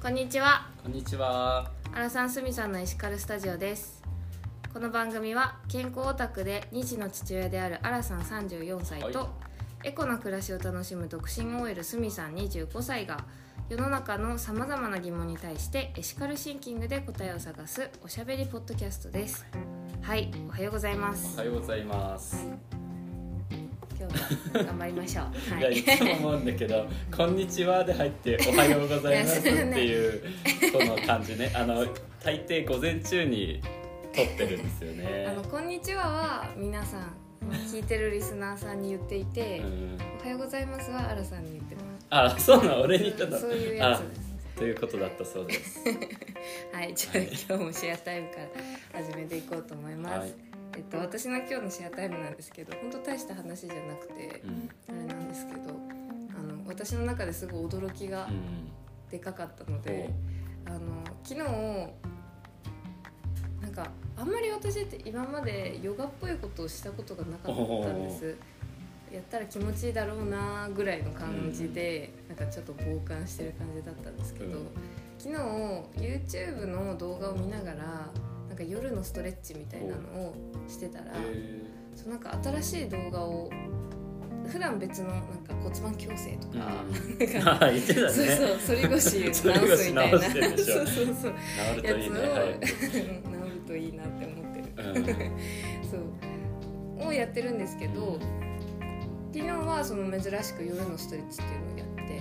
こんにちは。 こんにちは。 アラさんすみさんのエシカルスタジオです。この番組は健康オタクで2児の父親であるアラさん34歳と、 はい、 エコな暮らしを楽しむ独身 OL すみさん25歳が世の中のさまざまな疑問に対してエシカルシンキングで答えを探すおしゃべりポッドキャストです。はい、おはようございます。 おはようございます。 今日も頑張りましょう。 いや、いつも思うんだけどこんにちはで入っておはようございますっていうこの感じね。大抵午前中に撮ってるんですよね。 こんにちはは皆さん聞いてるリスナーさんに言っていて、おはようございますはアラさんに言ってます。 あ、そうなの、俺に言ったの。 そういうやつです。 ということだったそうです。 はい、じゃあ、今日もシェアタイムから始めていこうと思います。はい、私の今日のシェアタイムなんですけど、本当大した話じゃなくて、あれなんですけど、私の中ですごい驚きがでかかったので、昨日なんかあんまり私って今までヨガっぽいことをしたことがなかったんです。やったら気持ちいいだろうなぐらいの感じで、なんかちょっと傍観してる感じだったんですけど、昨日 YouTube の動画を見ながらなんか夜のストレッチみたいなのをしてたら、そうなんか新しい動画を普段別のなんか骨盤矯正とか、なんか言ってたね、 そう反り腰直すみたいなそうやつを治るといいなって思ってる、そうをやってるんですけど、昨日はその珍しく夜のストレッチっていうのをやって、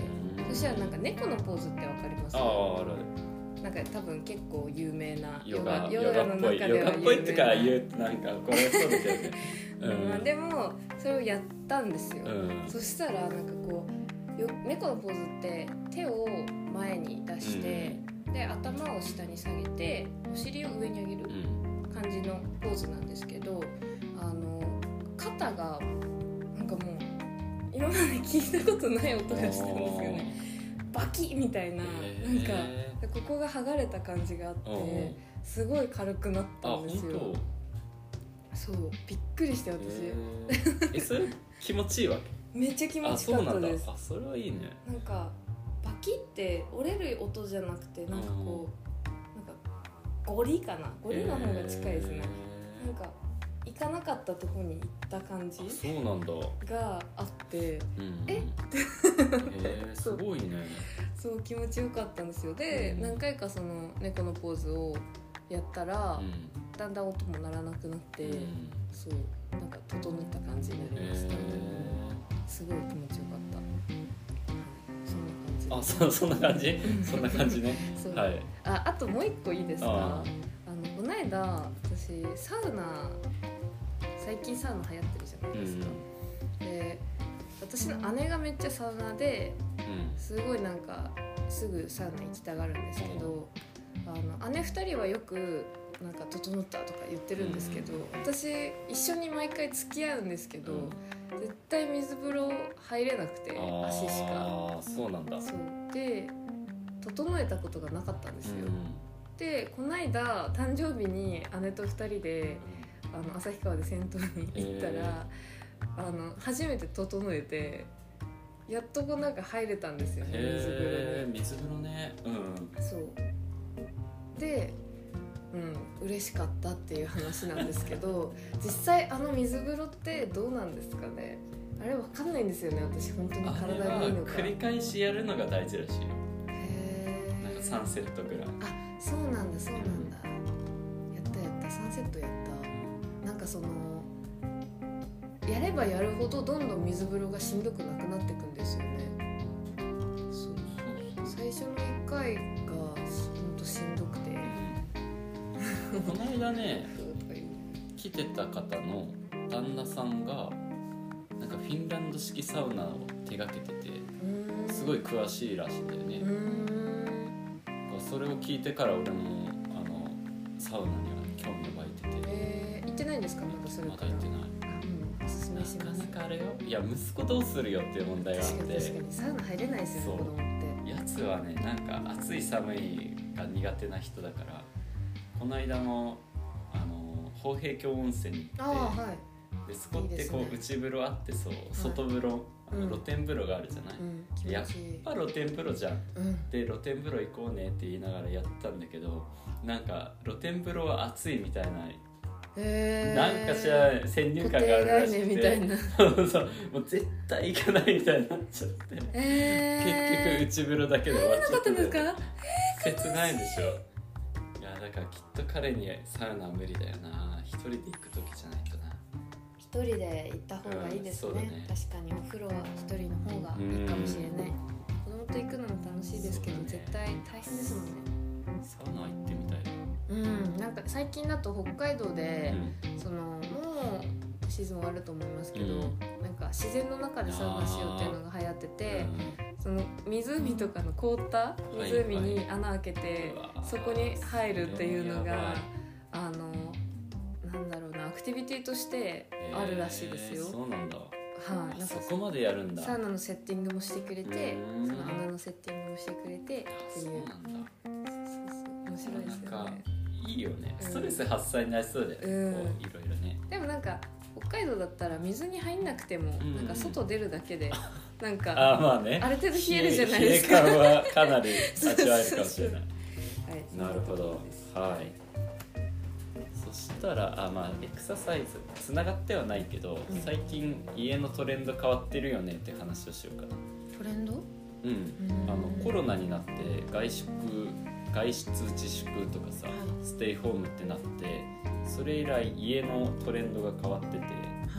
そしたらなんか猫のポーズってわかります？なんか多分結構有名なヨガの中では有名なヨガっぽいってから言うとなんかこれそうだけどね、 でもそれをやったんですよ、そしたらなんかこう猫のポーズって手を前に出して、で頭を下に下げてお尻を上に上げる感じのポーズなんですけど、肩がなんかもう今まで聞いたことない音がしたんですよね。バキッみたいな、なんかここが剥がれた感じがあって、すごい軽くなったんですよ。そう、びっくりして私。 それ気持ちいいわけ？ めっちゃ気持ちよかったです。 それはいいね。 なんかバキって折れる音じゃなくて、なんかこうなんかゴリかな、ゴリの方が近いですね。なんか行かなかったところに行った感じそうなんだがあって、 すごいね。 そう気持ちよかったんですよ。で、何回かその猫のポーズをやったら、だんだん音も鳴らなくなって、そうなんか整った感じになりました。すごい気持ちよかった。 そんな感じそんな感じね。はい。 あともう一個いいですか？この間私サウナ、最近サウナ流行ってるじゃないですか、で私の姉がめっちゃサウナで、すごいなんかすぐサウナ行きたがるんですけど、姉2人はよくなんか整ったとか言ってるんですけど、私一緒に毎回付き合うんですけど、絶対水風呂入れなくて、足しか。 そうなんだ。 そうで整えたことがなかったんですよ、でこの間誕生日に姉と2人で旭川で銭湯に行ったら、初めて整えてやっとこうなんか入れたんですよね、水風呂に。 水風呂ね。 そうで、嬉しかったっていう話なんですけど実際水風呂ってどうなんですかね？あれわかんないんですよね、私本当に体にいいのか。 繰り返しやるのが大事らしいよ。なんか3セットぐらい。 そうなんだそうなんだ、やった3セットやった。なんかそのやればやるほどどんどん水風呂がしんどくなくなっていくんですよね。そう最初の1回がほんとしんどくてこの間ね来てた方の旦那さんがなんかフィンランド式サウナを手掛けてて、すごい詳しいらしいんだよね。それを聞いてから俺もサウナには興味が湧いてて。 行ってないんですか？まだそれから。 まだ行ってない。 おすすめします。 なかなかあれよ。いや息子どうするよっていう問題があって。 確かにサウナ入れないですよね、子供って。 やつはね、なんか暑い寒いが苦手な人だから、この間も豊平峡温泉に行って、 でそこってこいいでう内風呂あってそう外風呂、露天風呂があるじゃない、やっぱ露天風呂じゃん、で露天風呂行こうねって言いながらやったんだけど、なんか露天風呂は暑いみたいな、なんかしら先入観があるらしくて、みたいなそうもう絶対行かないみたいになっちゃって、結局内風呂だけで終わっちゃって切ないでしょ。いやだからきっと彼にサウナは無理だよな、一人で行く時じゃないとな。 一人で行った方がいいです ね、確かにお風呂は一人の方がいいかもしれない、子供と行くのも楽しいですけど、絶対大変ですもんね。 サウナ行ってみたい。 なんか最近だと北海道で、そのもうシーズン終わると思いますけど、なんか自然の中でサウナしようっていうのが流行ってて、その湖とかの凍った湖に穴開けて、そこに入るっていうのがなんだろうな、アクティビティとしてあるらしいですよ。 そうなんだ。 なんかそこまでやるんだ。 サウナのセッティングもしてくれて、その穴のセッティングもしてくれてっていう。 そうなんだ。 面白いですよね。 なんかいいよね。ストレス発散になりそうだよね。こういろいろね。 でもなんか北海道だったら水に入んなくても、なんか外出るだけでなんかまあね、 ある程度冷えるじゃないですか。 冷え感はかなり味わえるかもしれない。なるほど。はい。そしたらまあエクササイズつながってはないけど、最近家のトレンド変わってるよねって話をしようかな。 トレンド？ コロナになって外出自粛とかさ、ステイホームってなって、それ以来家のトレンドが変わってて、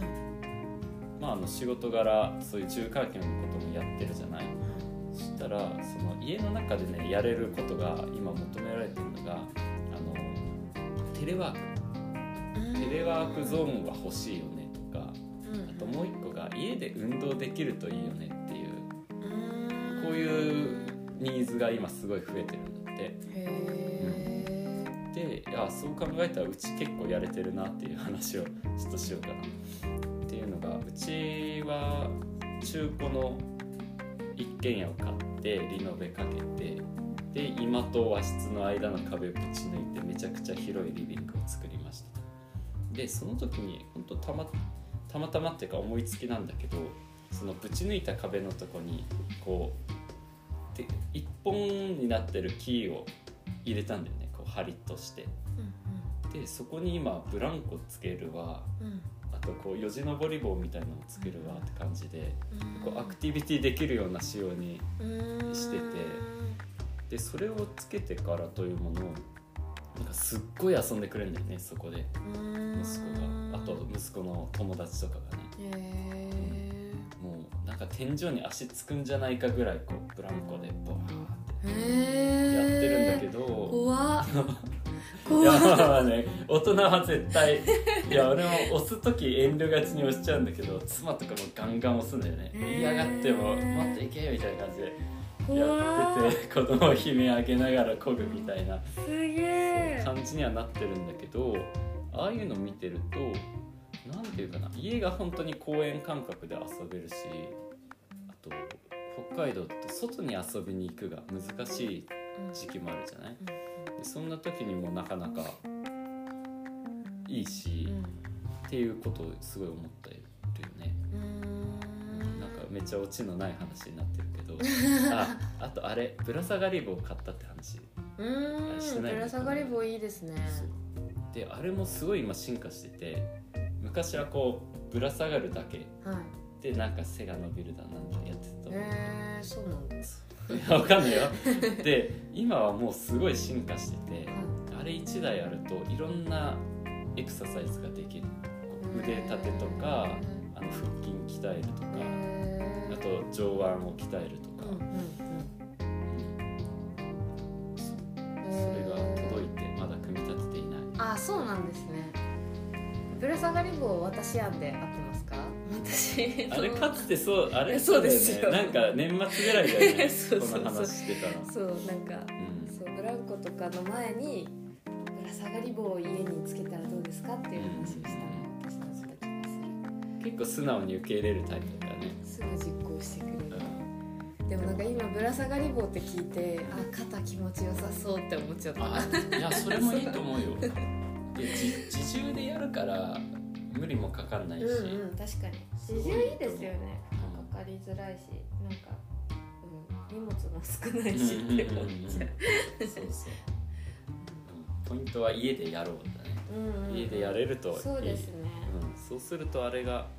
仕事柄そういう重火器のこともやってるじゃない。そしたらその家の中でねやれることが今求められてるのがテレワークゾーンは欲しいよねとか、あともう一個が家で運動できるといいよねっていう、こういうニーズが今すごい増えてるんだって。で、そう考えたらうち結構やれてるなっていう話をちょっとしようかなっていうのが、うちは中古の一軒家を買ってリノベかけて、で居間と和室の間の壁をぶち抜いてめちゃくちゃ広いリビングを作りました。でその時に本当たまたまっていうか思いつきなんだけど、そのぶち抜いた壁のとこにこうで一本になってるキーを入れたんだよね、こう針として、でそこに今ブランコつけるわ、あとこうよじ登り棒みたいなのをつけるわって感じで、こうアクティビティできるような仕様にしてて、でそれをつけてからというものをなんかすっごい遊んでくれるんだよね、そこで息子が、あと息子の友達とかがね、もうなんか天井に足つくんじゃないかぐらいこうブランコでボーってやってるんだけど、 怖っいやまあね、大人は絶対いや俺も押す時遠慮がちに押しちゃうんだけど、妻とかもガンガン押すんだよね、嫌がってももっといけみたいな感じでやってて、子供を悲鳴上げながら漕ぐみたいな感じにはなってるんだけど、ああいうの見てるとなんていうかな、家が本当に公園感覚で遊べるし、あと北海道って外に遊びに行くが難しい時期もあるじゃない、でそんな時にもなかなかいいし、っていうことをすごい思ってるよね。なんかめっちゃオチのない話になってるけどあとあれぶら下がり棒を買ったって話してない？ ぶら下がり棒いいですね。 であれもすごい今進化してて、昔はこうぶら下がるだけ、でなんか背が伸びるだなんだやってたと思う。 そうなんです。 わかんないよで今はもうすごい進化してて、あれ1台あるといろんなエクササイズができる。腕立てとか腹筋鍛えるとか、あと上腕を鍛えるとか、それが届いてまだ組み立てていない。 そうなんですね。ぶら下がり棒私案で合ってますか？私あれかつてそうあれそうですよ、 なんか年末ぐらいだよねそうこの話してたの。 そうなんか、そうブランコとかの前にぶら下がり棒を家につけたらどうですかっていう話をしたの、私だった気がする。 結構素直に受け入れるタイプだよね。 すぐ実行してくれる、でもなんか今ぶら下がり棒って聞いて、肩気持ちよさそうって思っちゃった。 いやそれもいいと思うよで自重でやるから無理もかかんないし、 確かに自重いいですよね。かかりづらいし、なんか、荷物も少ないしって思っちゃう。 そうそう、ポイントは家でやろうだね、家でやれるといい。 そうですね、 そうするとあれが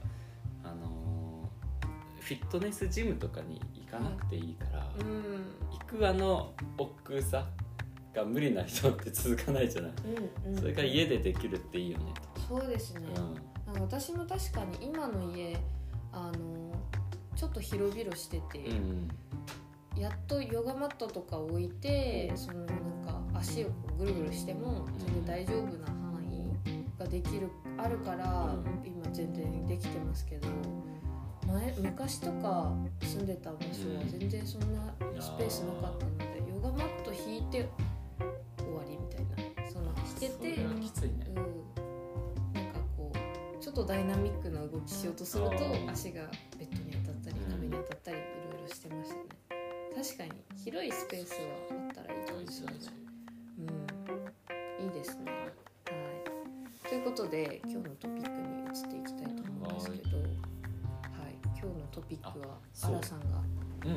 フィットネスジムとかに行かなくていいから、行く億劫さが無理な人って続かないじゃない、それが家でできるっていいよねと。そうですね、私も確かに今の家ちょっと広々してて、やっとヨガマットとか置いて、そのなんか足をぐるぐるしても全然大丈夫な範囲があるから、今全然できてますけど、昔とか住んでた場所は全然そんなスペースなかったので、ヨガマット引いて終わりみたいな、その引けて、 きついね、 なんかこうちょっとダイナミックな動きしようとすると足がベッドに当たったり壁に当たったりいろいろしてましたね。確かに広いスペースはあったらいいかもしれない。いいですね。はい。ということで今日のトピックに移っていきたいと思うんですけど、今日のトピックはアラさんが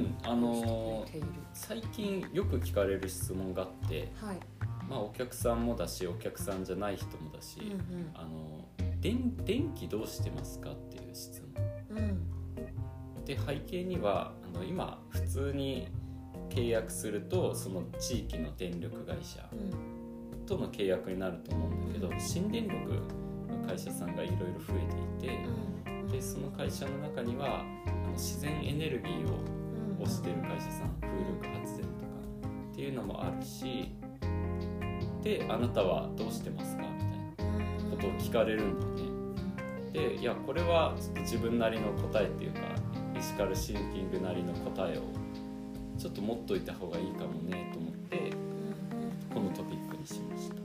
最近よく聞かれる質問があって、お客さんもだしお客さんじゃない人もだし、電気どうしてますかっていう質問、で背景には今普通に契約するとその地域の電力会社との契約になると思うんだけど、新電力の会社さんがいろいろ増えていて、でその会社の中には自然エネルギーを推している会社さん、風力発電とかっていうのもあるし、であなたはどうしてますかみたいなことを聞かれるんだよね。でいやこれはちょっと自分なりの答えっていうかエシカルシンキングなりの答えをちょっと持っといた方がいいかもねと思ってこのトピックにしました。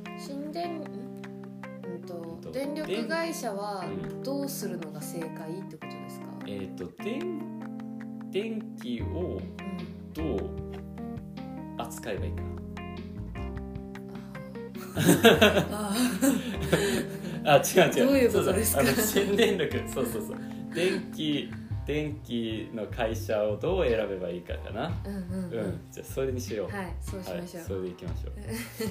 電力会社はどうするのが正解ってことですか？ 電気をどう扱えばいいかな。違う。 どういうことですか？ 新電力、そう。電気の会社をどう選べばいいかかな。じゃあそれにしよう。 はい、そうしましょう。 それでいきましょう。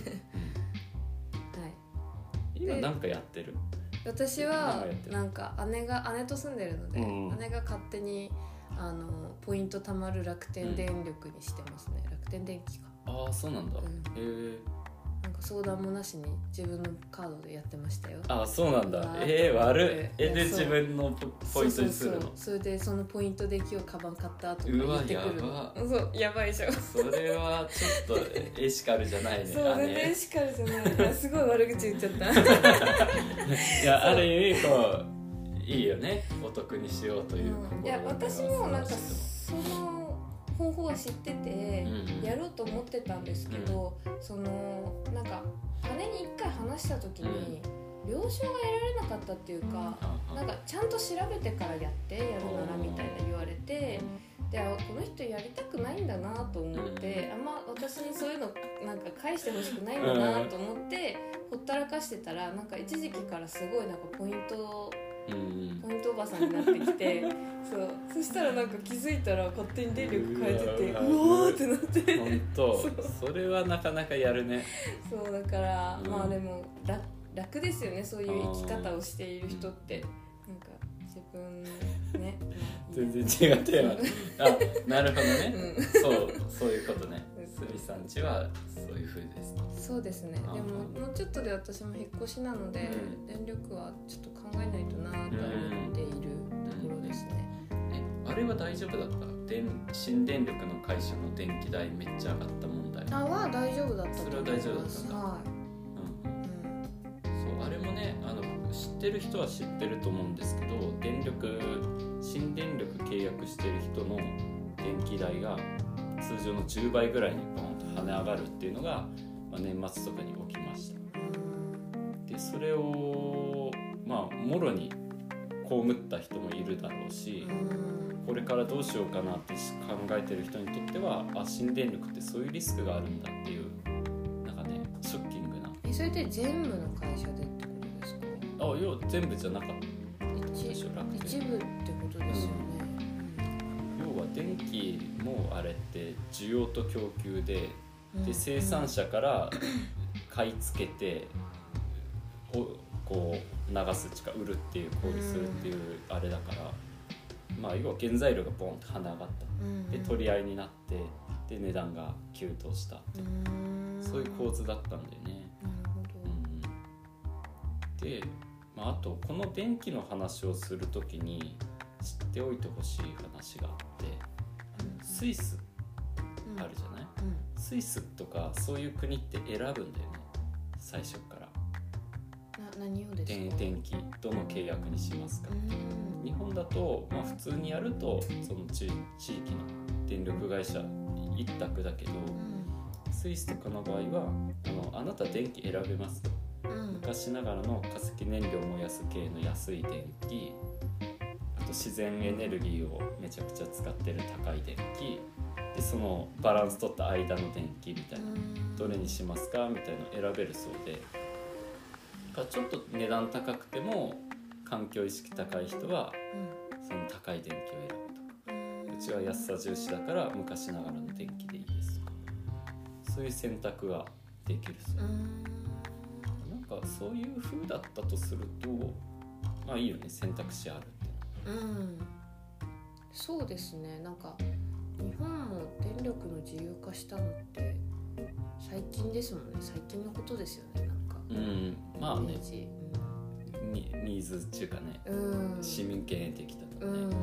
今なんかやってる？ 私はなんか姉と住んでるので、姉が勝手にポイント貯まる楽天電力にしてますね。楽天電気か。 ああ、そうなんだ。 なんか相談もなしに自分のカードでやってましたよ。 ああ、そうなんだ。悪い。で自分のポイントにするの。 それでそのポイントで今日カバン買ったとか言ってくるの。そうやばいでしょ。 それはちょっとエシカルじゃないね。 そう全然エシカルじゃない。いやすごい悪口言っちゃった。 いやある意味こういいよね。お得にしようという。 いや私もなんかその方法は知っててやろうと思ってたんですけど、そのなんか姉に一回話した時に了承が得られなかったっていうか、なんかちゃんと調べてからやってやるならみたいな言われて、でこの人やりたくないんだなと思って、あんま私にそういうのなんか返してほしくないんだなと思ってほったらかしてたら、なんか一時期からすごいなんかポイントおばさんになってきてそしたらなんか気づいたら勝手に電力変えてて、うわーってなって本当それはなかなかやるね。 そうだから、まあでも楽ですよね、そういう生き方をしている人って。なんか自分ね全然違ったよ。なるほどね、そういうことね。すみさんちはそういう風です。 そうですね。でももうちょっとで私も引っ越しなので、電力はちょっと考えないとなと思っているところですね。 あれは大丈夫だった？新電力の会社の電気代めっちゃ上がった問題。 は大丈夫だったと思います。 それは大丈夫だったんだ。はい。そうあれもね知ってる人は知ってると思うんですけど、新電力契約してる人の電気代が通常の10倍ぐらいにポンと跳ね上がるっていうのが、年末とかに起きました。でそれをもろに被った人もいるだろうし、これからどうしようかなって考えてる人にとっては新電力ってそういうリスクがあるんだっていうなんかねショッキングな。 それで全部の会社でってことですか？ いや全部じゃなかった。 一部ってことですよね、 要は電気もあれって需要と供給で、生産者から買い付けてこう流す地下売るっていう小売りするっていうあれだから、まあ要は原材料がボンって跳ね上がった、で取り合いになってで値段が急騰したって、そういう構図だったんだよね。で、まあ、あとこの電気の話をするときに知っておいてほしい話があって、スイスあるじゃない、スイスとかそういう国って選ぶんだよね、最初から。 何をですか？ 電気どの契約にしますかって。日本だと、まあ、普通にやるとその地域の電力会社一択だけど、スイスとかの場合はあなた電気選べますと、昔ながらの化石燃料を燃やす系の安い電気、あと自然エネルギーをめちゃくちゃ使ってる高い電気で、そのバランス取った間の電気みたいな、どれにしますかみたいなの選べるそうで、ちょっと値段高くても環境意識高い人はその高い電気を選ぶとか、うちは安さ重視だから昔ながらの電気でいいですとか、そういう選択ができるそう。なんかそういう風だったとすると、まあいいよね、選択肢あるって。 そうですね。なんか日本も電力の自由化したのって最近ですもんね。最近のことですよね。なんかまあね、ニーズっていうかね、市民権得てきたとね。で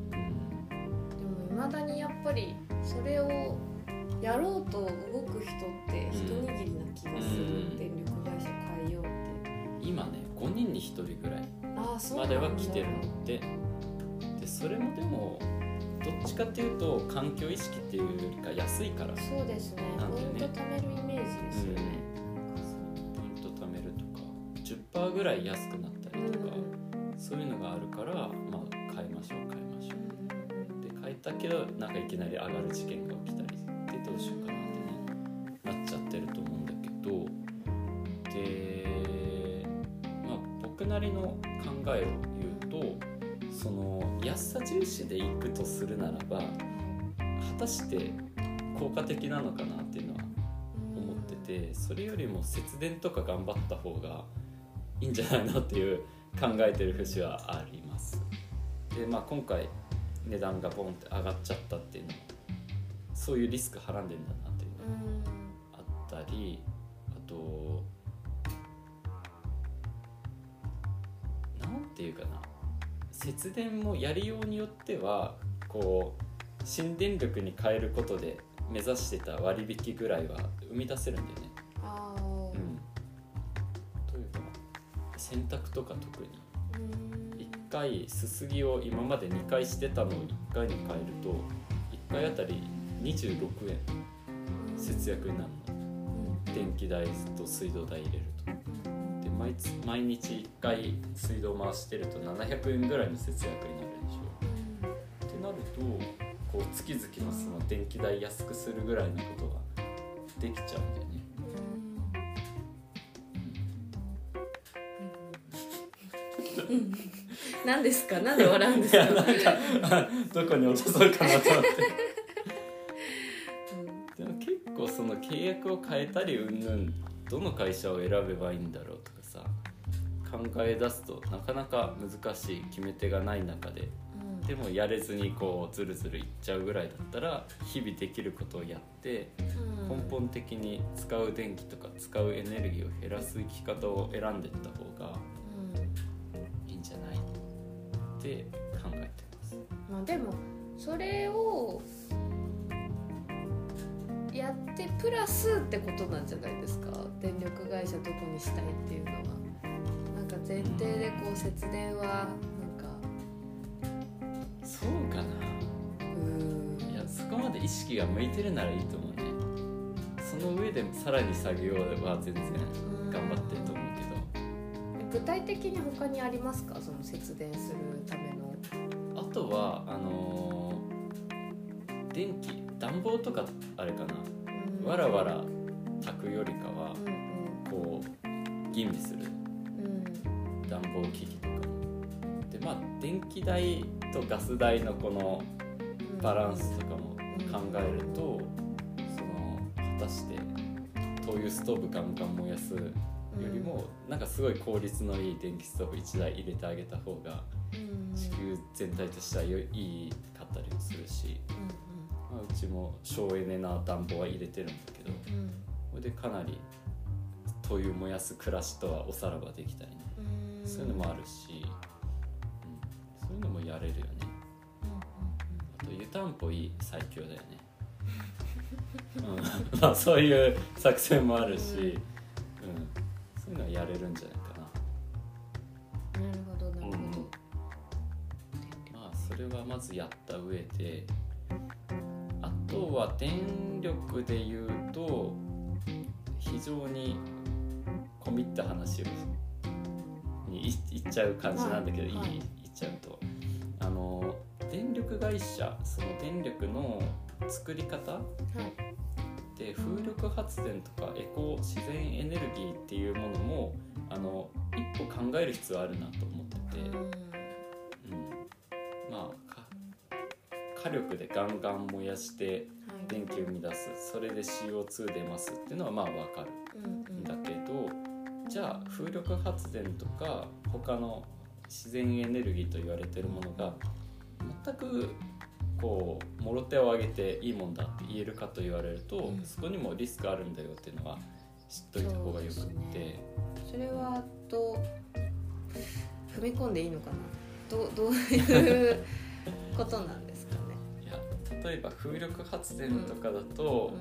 も未だにやっぱりそれをやろうと動く人って一握りな気がする、電力会社変えようって。 今ね、5人に1人ぐらいまでは来てるので、それもでもどっちかっていうと環境意識っていうよりか安いから。 そうですね。ポイント貯めるイメージですよね。 ポイント貯めるとか 10% ぐらい安くなったりとか、そういうのがあるから、まあ買いましょうで、買えたけどなんかいきなり上がる事件が起きたりで、どうしようかなってねなっちゃってると思うんだけど、で、まあ僕なりの考えを言うと、その安さ重視でいくとするならば、果たして効果的なのかなっていうのは思ってて、それよりも節電とか頑張った方がいいんじゃないのっていう考えてる節はあります。で、まあ今回値段がボンって上がっちゃったっていうのはそういうリスクはらんでんだなっていうのがあったり、あとなんていうかな、節電もやりようによってはこう新電力に変えることで目指してた割引ぐらいは生み出せるんだよね。というか洗濯とか特に1回すすぎを今まで2回してたのを1回に変えると1回あたり26円節約になるの、電気代と水道代入れると。で、毎日1回水道回してると700円ぐらいの節約になるでしょ。ってなるとこう月々のその電気代安くするぐらいのことができちゃうんだよね。 何ですか？なんで笑うんですか？ なんかどこに落とそうかなと思ってでも結構その契約を変えたりうんぬん、どの会社を選べばいいんだろうとかさ考え出すとなかなか難しい、決め手がない中で、でもやれずにこうずるずるいっちゃうぐらいだったら日々できることをやって、根本的に使う電気とか使うエネルギーを減らす生き方を選んでいった方がいいんじゃないって考えてます。 まあでもそれをやってプラスってことなんじゃないですか。電力会社どこにしたいっていうのはなんか前提でこう節電はなんかそうかな。いやそこまで意識が向いてるならいいと思うね。その上でさらに下げようは全然頑張ってると思うけど、具体的に他にありますか、その節電するための。 あとは電気暖房とかあれかな、わらわら炊くよりかは、こう吟味する、暖房機器とかでまあ電気代とガス代のこのバランスとかも考えると、その果たして灯油ストーブガンガン燃やすよりも、なんかすごい効率のいい電気ストーブ1台入れてあげた方が地球全体としてはいいかったりもするし、まあ、うちも省エネな暖房は入れてるんだけど、これでかなり灯油燃やす暮らしとはおさらばできたりね、そういうのもあるし、そういうのもやれるよね。あと湯たんぽいい最強だよね。まあそういう作戦もあるし、そういうのはやれるんじゃないかな。なるほどなるほど。 まあそれはまずやった上で、あとは電力で言うと非常に込み入った話にいっちゃう感じなんだけど、言っちゃうと電力会社、その電力の作り方、で風力発電とかエコ自然エネルギーっていうものも一歩考える必要あるなと思ってて、まあ火力でガンガン燃やして電気を生み出す、それで CO2 出ますっていうのはまあ分かるんだけど、じゃあ風力発電とか他の自然エネルギーと言われているものが全くこうもろ手を挙げていいもんだって言えるかと言われると、そこにもリスクあるんだよっていうのは知っといた方がよくって、 それは踏み込んでいいのかな、どういうことなんですかね。 いや例えば風力発電とかだと、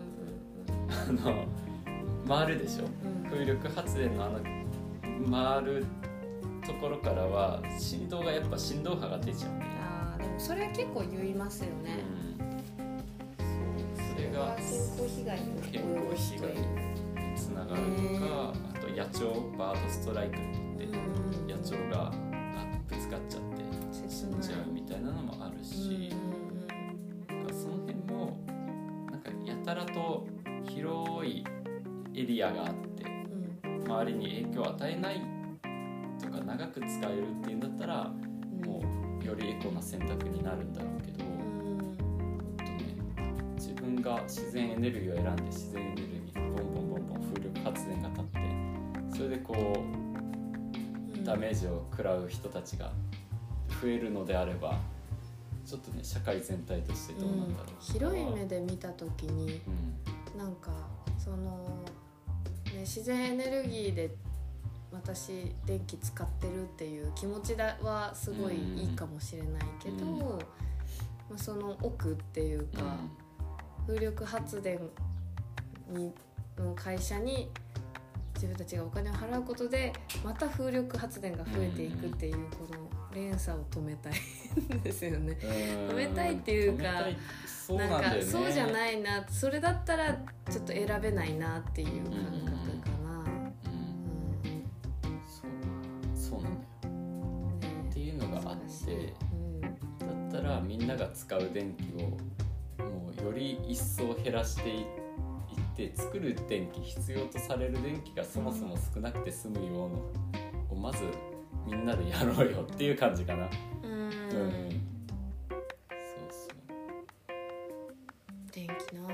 回るでしょ、風力発電の回るところからは振動がやっぱ振動波が出ちゃうね。 でもそれは結構言いますよね。 それが健康被害につながるとか、あと野鳥バードストライクって野鳥がぶつかっちゃって死んじゃうみたいなのもあるし、その辺もなんかやたらと広いエリアがあって周りに影響を与えないとか長く使えるっていうんだったらもうよりエコな選択になるんだろうけど、自分が自然エネルギーを選んで自然エネルギーボンボンボンボン風力発電が立って、それでこうダメージを食らう人たちが増えるのであれば、ちょっとね社会全体としてどうなんだろう、 広い目で見た時に、なんかその、ね、自然エネルギーで私電気使ってるっていう気持ちはすごいいいかもしれないけど、まあ、その奥っていうか、風力発電の会社に自分たちがお金を払うことでまた風力発電が増えていくっていうこの連鎖を止めたいんですよね。止めたいっていうか、なんかそうじゃないな、それだったらちょっと選べないなっていう感覚かな。 そうなんだよ、っていうのがあって、だったらみんなが使う電気をもうより一層減らしていって作る電気、必要とされる電気がそもそも少なくて済むようのをまずみんなでやろうよっていう感じかな。 電気な、はい、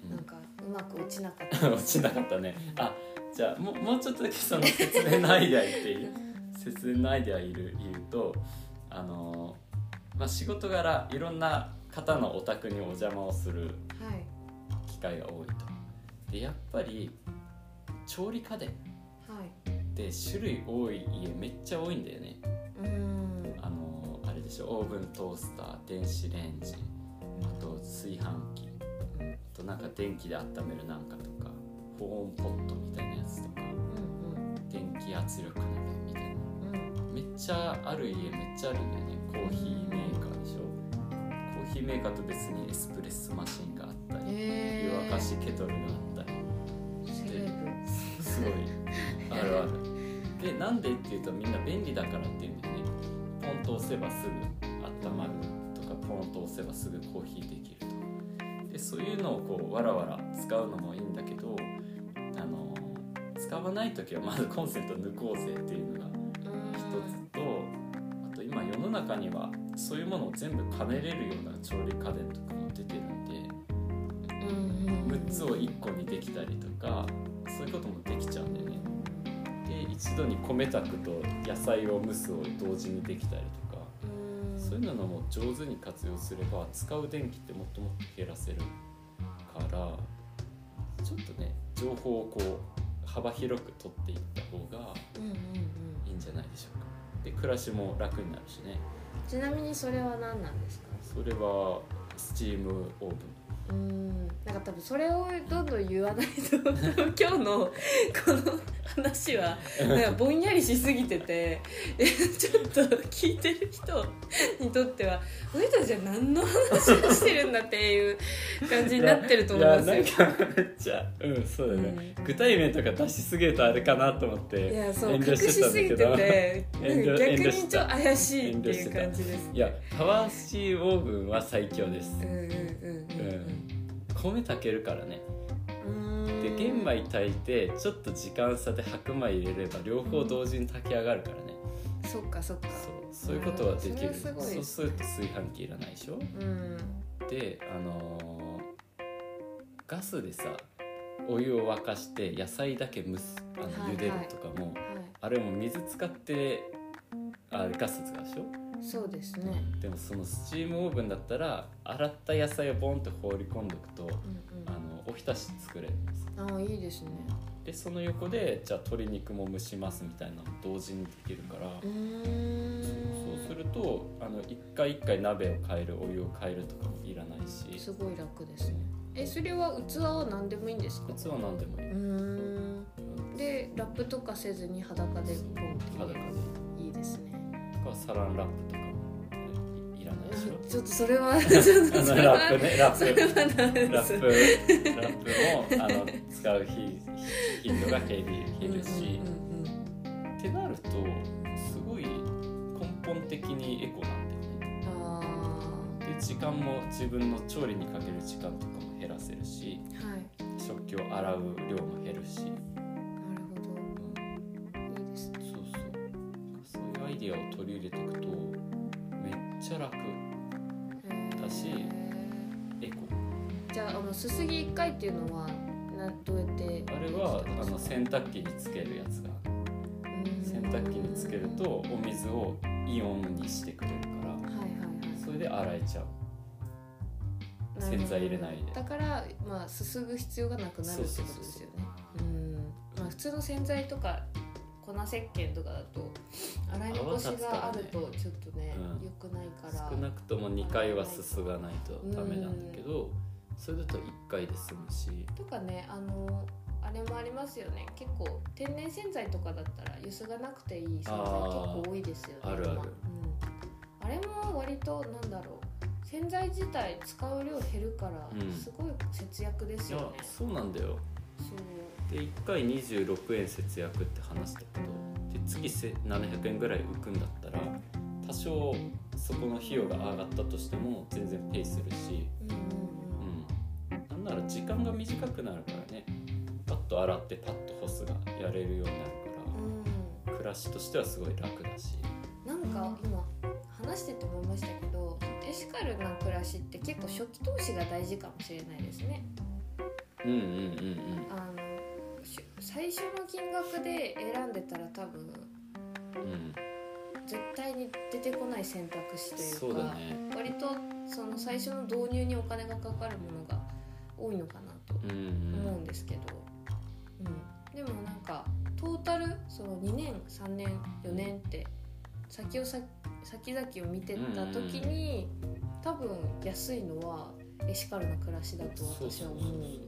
なんかうまく落ちなかった落ちなかったね。じゃあもうちょっとだけその節電のアイデア言うと、まあ、仕事柄いろんな方のお宅にお邪魔をする機会が多いと。でやっぱり調理家電って種類多い家めっちゃ多いんだよね。あれでしょ、オーブントースター、電子レンジ、あと炊飯器、あとなんか電気で温めるなんかとか、保温ポットみたいなやつとか、電気圧力鍋みたいな、めっちゃある家めっちゃあるんだよね。コーヒーメーカーでしょ。コーヒーメーカーと別にエスプレッソマシンがあったり、湯沸かしケトルがあったりして、すごいあるある。でなんでっていうとみんな便利だからっていうんだよね。ポンと押せばすぐ温まるとか、ポンと押せばすぐコーヒーできるとか。でそういうのをこうわらわら使うのもいいんだけど、使わないときはまずコンセント抜こうぜっていうのが一つと、 今世の中にはそういうものを全部兼ねれるような調理家電とかも出てるんで、6つを1個にできたりとかそういうこともできちゃうんだよね。で一度に米炊くと野菜を蒸すを同時にできたりとか、そういうのも上手に活用すれば使う電気ってもっともっと減らせるから、ちょっとね情報をこう幅広く取っていった方がいいんじゃないでしょうか。で暮らしも楽になるしね。 ちなみにそれは何なんですか？ それはスチームオーブン。 なんか多分それをどんどん言わないと今日のこの話はなんかぼんやりしすぎててちょっと聞いてる人にとっては俺たちは何の話をしてるんだっていう感じになってると思いますよ。 いやなんかめっちゃそうだね、具体名とか出しすぎるとあれかなと思っていやそう遠慮してたんだけど、 隠しすぎてて逆にちょっと怪しいっていう感じです。 いやパワースチームオーブンは最強です。米炊けるからね。で玄米炊いてちょっと時間差で白米入れれば両方同時に炊き上がるからね。 そっかそういうことはできる。そうすると炊飯器いらないでしょ。でガスでさお湯を沸かして野菜だけ蒸す茹でるとかも、あれも水使ってガス使うでしょ。 そうですね。 でもそのスチームオーブンだったら洗った野菜をボンって放り込んどくと、おひたし作れるんです。 いいですね。 でその横でじゃあ鶏肉も蒸しますみたいなの同時にできるから、そうすると一回一回鍋を変えるお湯を変えるとかもいらないし、 すごい楽ですね。それは器は何でもいいんですか？ 器は何でもいい。 でラップとかせずに裸でポンって裸でいいですね。 サランラップとかもいらないでしょ。 ちょっとそれはラップね、ラップも使う頻度が減るし、ってなるとすごい根本的にエコなんだよね。で時間も自分の調理にかける時間とかも減らせるし、食器を洗う量も減るし。アイディアを取り入れていくとめっちゃ楽だしエコ。 じゃあすすぎ1回っていうのはどうやって？ あれは洗濯機につけるやつが、洗濯機につけるとお水をイオンにしてくれるから、それで洗えちゃう。洗剤入れないで。 だからすすぐ必要がなくなるってことですよね。普通の洗剤とか粉石鹸とかだと洗い残しがあるとちょっとね、良くないから、 少なくとも2回はすすがないとダメなんだけど、それだと1回で済むしとかね、あれもありますよね。結構天然洗剤とかだったらゆすがなくていい洗剤結構多いですよね。 あるある。 あれも割となんだろう、洗剤自体使う量減るからすごい節約ですよね。 いやそうなんだよ。で1回26円節約って話したけど、で次700円ぐらい浮くんだったら多少そこの費用が上がったとしても全然ペイするし、なんなら時間が短くなるからね。パッと洗ってパッと干すがやれるようになるから、暮らしとしてはすごい楽だし。 なんか今話してて思いましたけど、エシカルな暮らしって結構初期投資が大事かもしれないですね。最初の金額で選んでたら多分、絶対に出てこない選択肢というか、割とその最初の導入にお金がかかるものが多いのかなと思うんですけど、でもなんかトータルその2年3年4年って先々を見てた時に、多分安いのはエシカルな暮らしだと私は思う。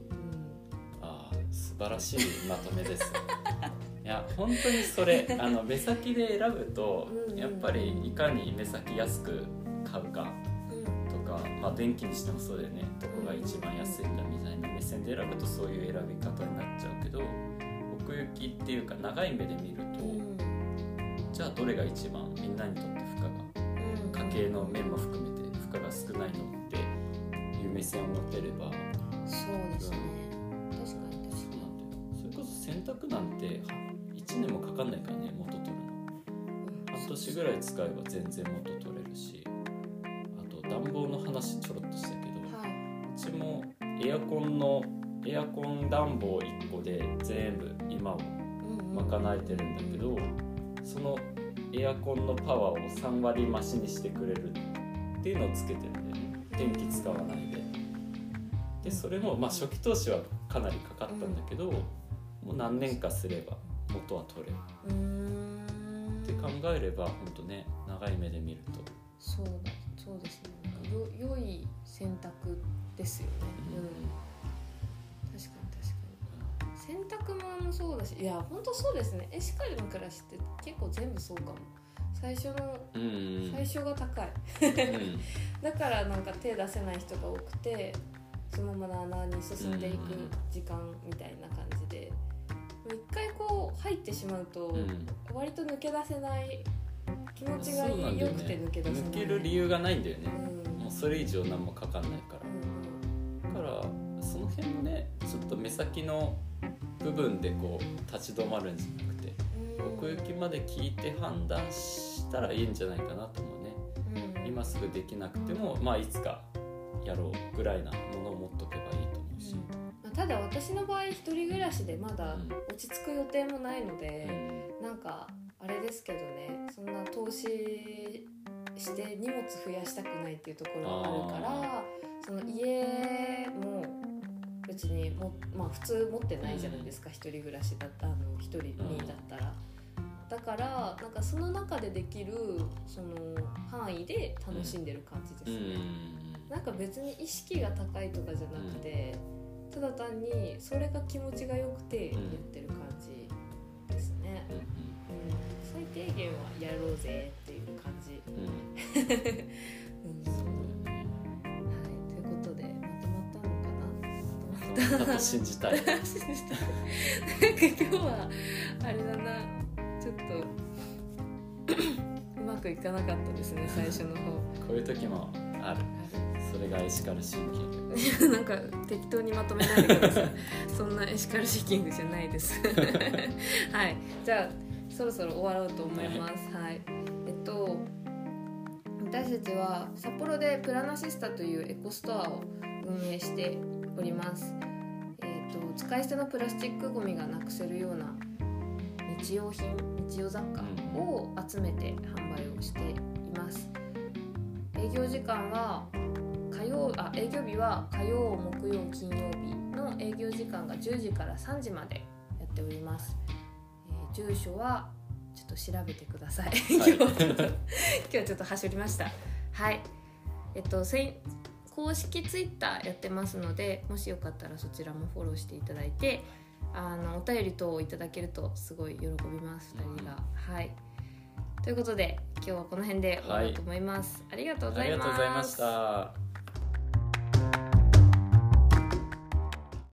素晴らしいまとめですいや本当にそれ目先で選ぶとやっぱりいかに目先安く買うかとか、電気にしてもそうだよね。どこが一番安いんだみたいな目線で選ぶとそういう選び方になっちゃうけど、奥行きっていうか長い目で見ると、じゃあどれが一番みんなにとって負荷が、家計の面も含めて負荷が少ないのっていう目線を持てれば、 そうですね、確かにそれこそ洗濯なんて1年もかかんないからね、元取るの。 年ぐらい使えば全然元取れるし、あと暖房の話ちょろっとしたけど、 はい、 うちもエアコン暖房1個で全部今を賄えてるんだけど、そのエアコンのパワーを3割増しにしてくれるっていうのをつけてるんだよね、電気使わないで。でそれも初期投資はかなりかかったんだけど、もう何年かすれば元は取れるって考えれば本当ね、長い目で見るとそうですね、良い選択ですよね、確かに洗濯物もそうだし、いや本当そうですね、エシカルの暮らしって結構全部そうかも。最初が高いだからなんか手出せない人が多くて、そのまま穴に進んでいく時間みたいな感じで、一回こう入ってしまうと割と抜け出せない、気持ちが良くて抜け出せない、 抜ける理由がないんだよね、もうそれ以上何もかかんないから、だからその辺のね、ちょっと目先の部分でこう立ち止まるんじゃなくて、奥行きまで聞いて判断したらいいんじゃないかなと思うね、今すぐできなくてもいつかやろうぐらいなものを持っとけばいいと思うし、 ただ私の場合一人暮らしでまだ落ち着く予定もないので、なんかあれですけどね、そんな投資して荷物増やしたくないっていうところがあるから、その家も別に普通持ってないじゃないですか、一人暮らしだった一人にだったら、だからなんかその中でできるその範囲で楽しんでる感じですね、なんか別に意識が高いとかじゃなくて、ただ単にそれが気持ちが良くてやってる感じですね、最低限はやろうぜっていう感じ、はい、ということでまとまったのかな、 と信じたいなんか今日はあれだな、ちょっとうまくいかなかったですね、最初の方こういう時もある、それがエシカルシンキングなんか適当にまとめないでくださいそんなエシカルシンキングじゃないですはい、じゃあそろそろ終わろうと思います、はい、私たちは札幌でプラナシスタというエコストアを運営しております。使い捨てのプラスチックゴミがなくせるような日用雑貨を集めて販売をしています。営業日は火曜、木曜、金曜日の営業時間が10時から3時までやっております。住所はちょっと調べてください、今日ちょっと走りました。はい、公式ツイッターやってますので、もしよかったらそちらもフォローしていただいて、お便り等をいただけるとすごい喜びます、2人が。はい、ということで今日はこの辺で終わろうと思います、ありがとうございます。 ありがとうございました。